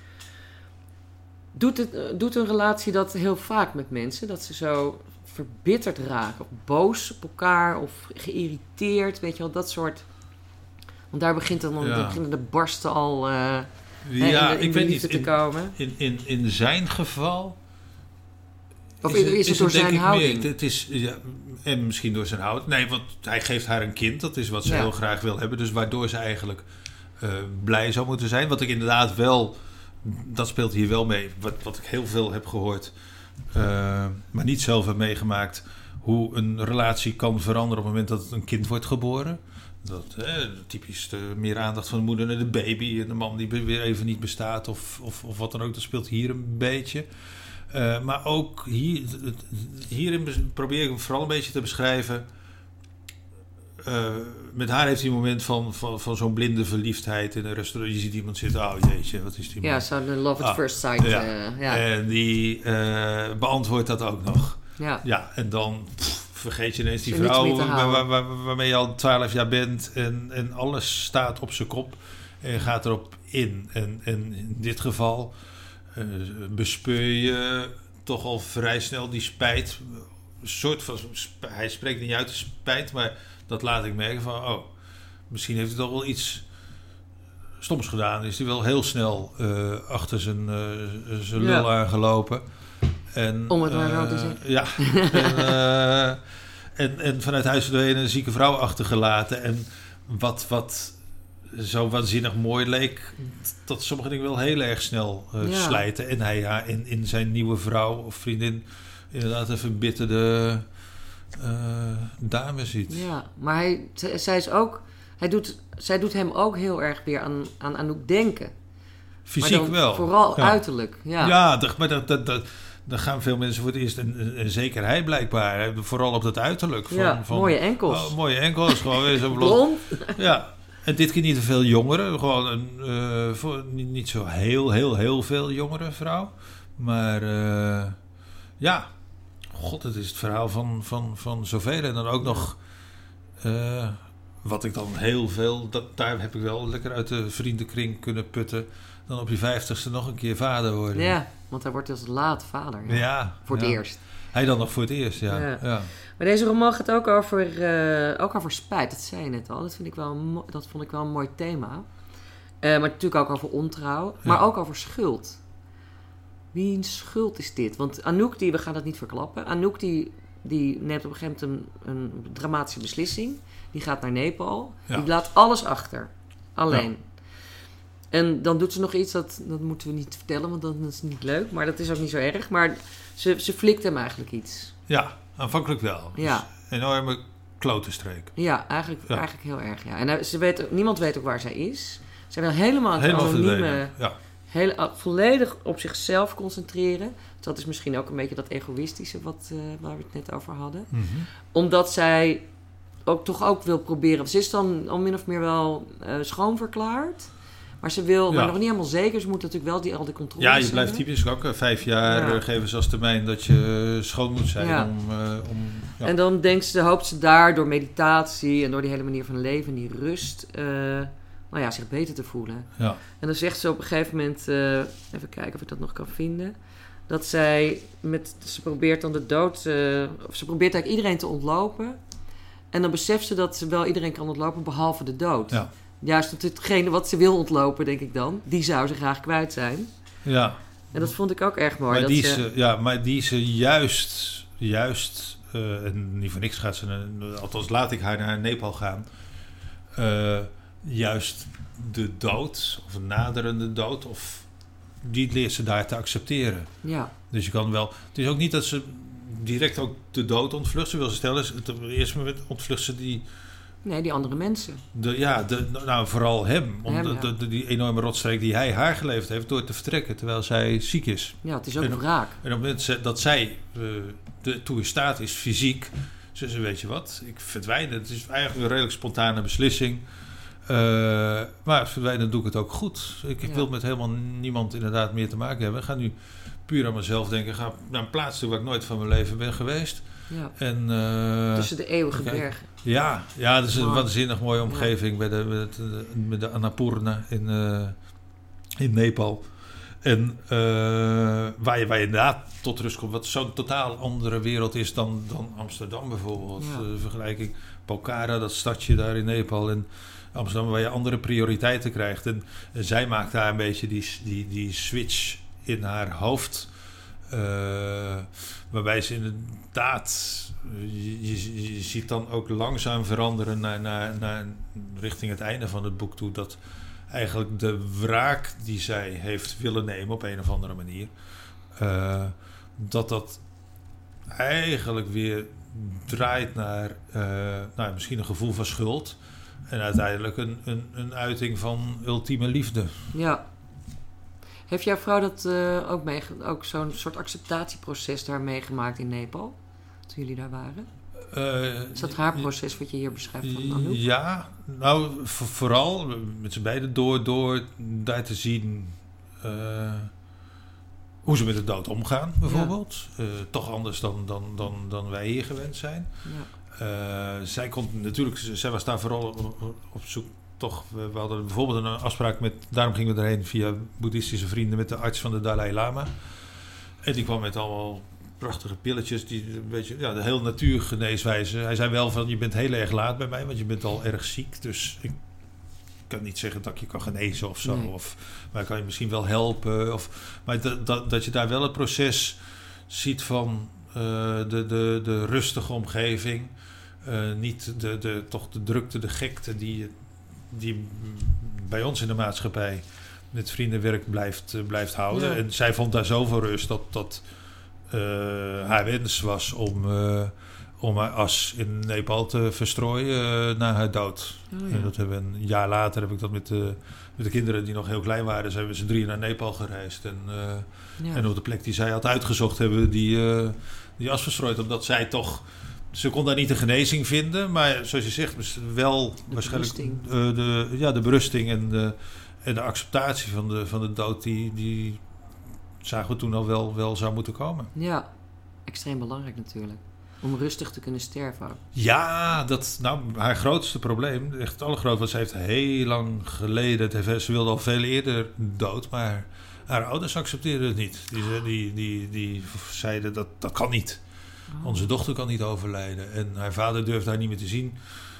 Doet, het, uh, doet een relatie dat heel vaak met mensen? Dat ze zo verbitterd raken, of boos op elkaar, of geïrriteerd, weet je wel, dat soort... Want daar begint dan, ja. beginnen de barsten al uh, ja, in de, in ik de weet liefde niet, te komen. In, in, in zijn geval... Of is, is het is door het, zijn houding? Meer, het is, ja, en misschien door zijn houding. Nee, want hij geeft haar een kind. Dat is wat ze ja. heel graag wil hebben. Dus waardoor ze eigenlijk uh, blij zou moeten zijn. Wat ik inderdaad wel... Dat speelt hier wel mee. Wat, wat ik heel veel heb gehoord. Uh, maar niet zelf heb meegemaakt. Hoe een relatie kan veranderen op het moment dat het een kind wordt geboren. Dat, eh, typisch de, meer aandacht van de moeder naar de baby. En de man die weer even niet bestaat. Of, of, of wat dan ook. Dat speelt hier een beetje. Uh, maar ook hier, hierin probeer ik hem vooral een beetje te beschrijven. Uh, met haar heeft hij een moment van, van, van zo'n blinde verliefdheid in een restaurant. Je ziet iemand zitten, oh jeetje, wat is die man? Ja, zo'n love at ah, first sight. Ja. Uh, ja. En die uh, beantwoordt dat ook nog. Ja, ja en dan pff, vergeet je ineens die vrouw waar, waar, waar, waarmee je al twaalf jaar bent. En, en alles staat op zijn kop en gaat erop in. En, en in dit geval... Uh, bespeur je toch al vrij snel die spijt. Een soort van sp- hij spreekt niet uit de spijt, maar dat laat ik merken van, oh, misschien heeft hij toch wel iets stoms gedaan. Is hij wel heel snel uh, achter zijn, uh, zijn lul ja. aangelopen. En, om het maar uh, zo te zeggen. Ja. en, uh, en, en vanuit huis verdwenen een zieke vrouw achtergelaten. En wat... wat zo waanzinnig mooi leek, dat sommige dingen wel heel erg snel uh, ja. slijten. En hij ja, in, in zijn nieuwe vrouw of vriendin inderdaad een verbitterde uh, dame ziet. Ja, maar hij, z- zij is ook, hij doet, zij doet hem ook heel erg weer aan, aan Anouk denken. Fysiek wel. Vooral ja. uiterlijk. Ja, ja dat, maar dat, dat, dat, dan gaan veel mensen voor het eerst een, een zekerheid blijkbaar. Hè? Vooral op dat uiterlijk. Van, ja, van, mooie enkels. Oh, mooie enkels, gewoon weer zo blond. Ja, en dit keer niet te veel jongeren. Gewoon een, uh, voor, niet, niet zo heel, heel, heel veel jongere vrouw. Maar uh, ja, god, het is het verhaal van, van, van zoveel. En dan ook nog... Uh, wat ik dan heel veel... Dat, daar heb ik wel lekker uit de vriendenkring kunnen putten. Dan op je vijftigste nog een keer vader worden. Ja, want hij wordt dus laat vader. Ja, ja voor het ja. eerst. Hij dan nog voor het eerst, ja. ja. ja. Maar deze roman gaat ook over, uh, ook over spijt. Dat zei je net al. Dat, vind ik wel een mo- dat vond ik wel een mooi thema. Uh, maar natuurlijk ook over ontrouw. Ja. Maar ook over schuld. Wiens schuld is dit? Want Anouk, die, we gaan dat niet verklappen. Anouk, die, die neemt op een gegeven moment een, een dramatische beslissing. Die gaat naar Nepal. Ja. Die laat alles achter. Alleen. Ja. En dan doet ze nog iets, dat, dat moeten we niet vertellen, want dat is niet leuk. Maar dat is ook niet zo erg. Maar ze, ze flikt hem eigenlijk iets. Ja, aanvankelijk wel. Ja. Dus enorme klotenstreek. Ja, eigenlijk, ja. eigenlijk heel erg. Ja. En ze weet, niemand weet ook waar zij is. Ze wil helemaal het helemaal anonieme, ja. heel, volledig op zichzelf concentreren. Dat is misschien ook een beetje dat egoïstische wat, uh, waar we het net over hadden. Mm-hmm. Omdat zij ook toch ook wil proberen. Ze is dan al min of meer wel uh, schoonverklaard. Maar ze wil, ja. maar nog niet helemaal zeker. Ze moet natuurlijk wel die, al die controles Ja, je blijft typisch ook. Vijf jaar ja. geven ze als termijn dat je schoon moet zijn. Ja. Om, uh, om, ja. En dan denkt ze, hoopt ze daar door meditatie en door die hele manier van leven, die rust, uh, nou ja, zich beter te voelen. Ja. En dan zegt ze op een gegeven moment, uh, even kijken of ik dat nog kan vinden, dat zij met, ze probeert dan de dood, uh, of ze probeert eigenlijk iedereen te ontlopen. En dan beseft ze dat ze wel iedereen kan ontlopen, behalve de dood. Ja. Juist hetgene wat ze wil ontlopen, denk ik dan. Die zou ze graag kwijt zijn. Ja. En dat vond ik ook erg mooi. Maar, dat die, ze... ze, ja, maar die ze juist... juist uh, en niet voor niks gaat ze... Naar, althans, laat ik haar naar Nepal gaan. Uh, juist de dood, of een naderende dood... of die leert ze daar te accepteren. Ja. Dus je kan wel... Het is ook niet dat ze direct ook de dood ontvlucht. Ze wil ze stellen... Het eerste moment ontvlucht ze die... Nee, die andere mensen. De, ja, de, nou vooral hem. Om hem de, ja. de, de, die enorme rotstreek die hij haar geleverd heeft door te vertrekken terwijl zij ziek is. Ja, het is ook en, wraak. En op het moment dat zij uh, de, toe in staat is, fysiek, ze ze weet je wat, ik verdwijn. Het is eigenlijk een redelijk spontane beslissing. Uh, maar verdwijnen doe ik het ook goed. Ik, ik ja. wil met helemaal niemand inderdaad meer te maken hebben. Ik ga nu puur aan mezelf denken. Ga naar een plaats toe waar ik nooit van mijn leven ben geweest. Ja. En, uh, tussen de eeuwige okay. bergen. Ja, ja, dat is een wow. waanzinnig mooie omgeving ja. bij de, met, de, met de Annapurna in, uh, in Nepal. En uh, waar, je, waar je inderdaad tot rust komt, wat zo'n totaal andere wereld is dan, dan Amsterdam bijvoorbeeld. Ja. Uh, vergelijking Pokhara, dat stadje daar in Nepal en Amsterdam, waar je andere prioriteiten krijgt. En, en zij maakt daar een beetje die, die, die switch in haar hoofd. Uh, waarbij ze inderdaad, je, je, je ziet dan ook langzaam veranderen naar, naar, naar richting het einde van het boek toe, dat eigenlijk de wraak die zij heeft willen nemen op een of andere manier, uh, dat dat eigenlijk weer draait naar uh, nou, misschien een gevoel van schuld en uiteindelijk een, een, een uiting van ultieme liefde. Ja. Heeft jouw vrouw dat uh, ook, mee, ook zo'n soort acceptatieproces daar meegemaakt in Nepal? Toen jullie daar waren? Uh, Is dat haar proces wat je hier beschrijft van Anouk? Ja, nou voor, vooral met z'n beiden door, door daar te zien uh, hoe ze met de dood omgaan bijvoorbeeld. Ja. Uh, toch anders dan, dan, dan, dan wij hier gewend zijn. Ja. Uh, zij komt natuurlijk, zij was daar vooral op, op zoek. Toch, we hadden bijvoorbeeld een afspraak met, daarom gingen we erheen via boeddhistische vrienden met de arts van de Dalai Lama. En die kwam met allemaal prachtige pilletjes, die een beetje, ja, de heel natuurgeneeswijze. Hij zei wel van, je bent heel erg laat bij mij, want je bent al erg ziek. Dus ik kan niet zeggen dat ik je kan genezen of zo. Nee. Of, maar ik kan je misschien wel helpen. Of, maar dat, dat, dat je daar wel het proces ziet van uh, de, de, de rustige omgeving. Uh, niet de, de, toch de drukte, de gekte die die bij ons in de maatschappij met vriendenwerk blijft, uh, blijft houden. Ja. En zij vond daar zoveel rust dat, dat uh, haar wens was om, uh, om haar as in Nepal te verstrooien uh, na haar dood. Oh, ja. En dat hebben we een jaar later heb ik dat met de, met de kinderen die nog heel klein waren, zijn we z'n drieën naar Nepal gereisd. En, uh, ja. en op de plek die zij had uitgezocht hebben we die, uh, die as verstrooid. Omdat zij toch, ze kon daar niet de genezing vinden, maar zoals je zegt, wel de waarschijnlijk berusting. Uh, de, ja, de berusting en de, en de acceptatie van de, van de dood die, die zagen we toen al wel, wel zou moeten komen. Ja, extreem belangrijk natuurlijk. Om rustig te kunnen sterven. Ja, dat, nou, haar grootste probleem, echt het allergrootste, was, ze heeft heel lang geleden, het heeft, ze wilde al veel eerder dood, maar haar ouders accepteerden het niet. Die, die, die, die zeiden dat dat kan niet. Oh. Onze dochter kan niet overlijden. En haar vader durfde haar niet meer te zien.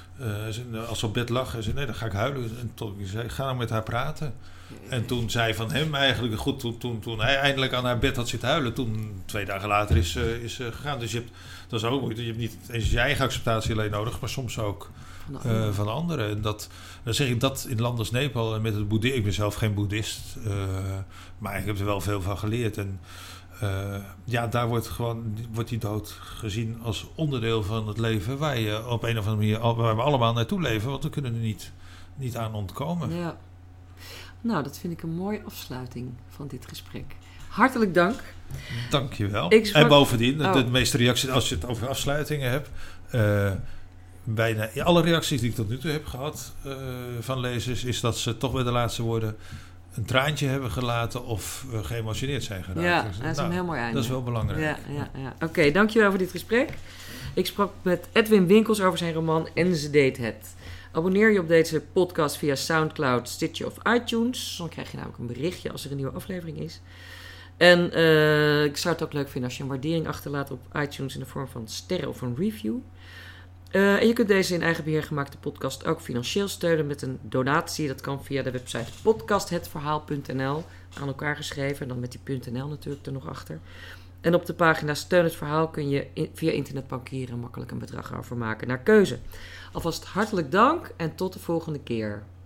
Uh, als ze op bed lag, en zei nee, dan ga ik huilen. En toen zei, ga nou met haar praten. En toen zei van hem eigenlijk, goed, toen, toen, toen hij eindelijk aan haar bed had zitten huilen, toen twee dagen later is, uh, is uh, gegaan. Dus je hebt, dat is ook moeilijk. Je hebt niet eens je eigen acceptatie alleen nodig, maar soms ook van de, uh, van de anderen. En dat, dan zeg ik dat in landen als Nepal en met het boeddhisme. Ik ben zelf geen boeddhist, uh, maar ik heb er wel veel van geleerd. En uh, ja, daar wordt gewoon wordt die dood gezien als onderdeel van het leven, waar je op een of andere manier, waar we allemaal naartoe leven, want we kunnen er niet, niet aan ontkomen. Ja. Nou, dat vind ik een mooie afsluiting van dit gesprek. Hartelijk dank. Dank je wel. Sprak... En bovendien, oh. de meeste reacties, als je het over afsluitingen hebt, uh, bijna alle reacties die ik tot nu toe heb gehad uh, van lezers, is dat ze toch bij de laatste woorden een traantje hebben gelaten of uh, geëmotioneerd zijn geraakt. Ja, dus, dat is nou, een heel mooi einde. Dat is wel belangrijk. Ja, ja, ja. Oké, okay, dankjewel voor dit gesprek. Ik sprak met Edwin Winkels over zijn roman En ze deed het. Abonneer je op deze podcast via Soundcloud, Stitcher of iTunes. Dan krijg je namelijk een berichtje als er een nieuwe aflevering is. En uh, ik zou het ook leuk vinden als je een waardering achterlaat op iTunes in de vorm van sterren of een review. Uh, en je kunt deze in eigen beheer gemaakte podcast ook financieel steunen met een donatie. Dat kan via de website podcast het verhaal punt n l, aan elkaar geschreven. En dan met die .nl natuurlijk er nog achter. En op de pagina Steun het Verhaal kun je in, via internetbankieren makkelijk een bedrag overmaken naar keuze. Alvast hartelijk dank en tot de volgende keer.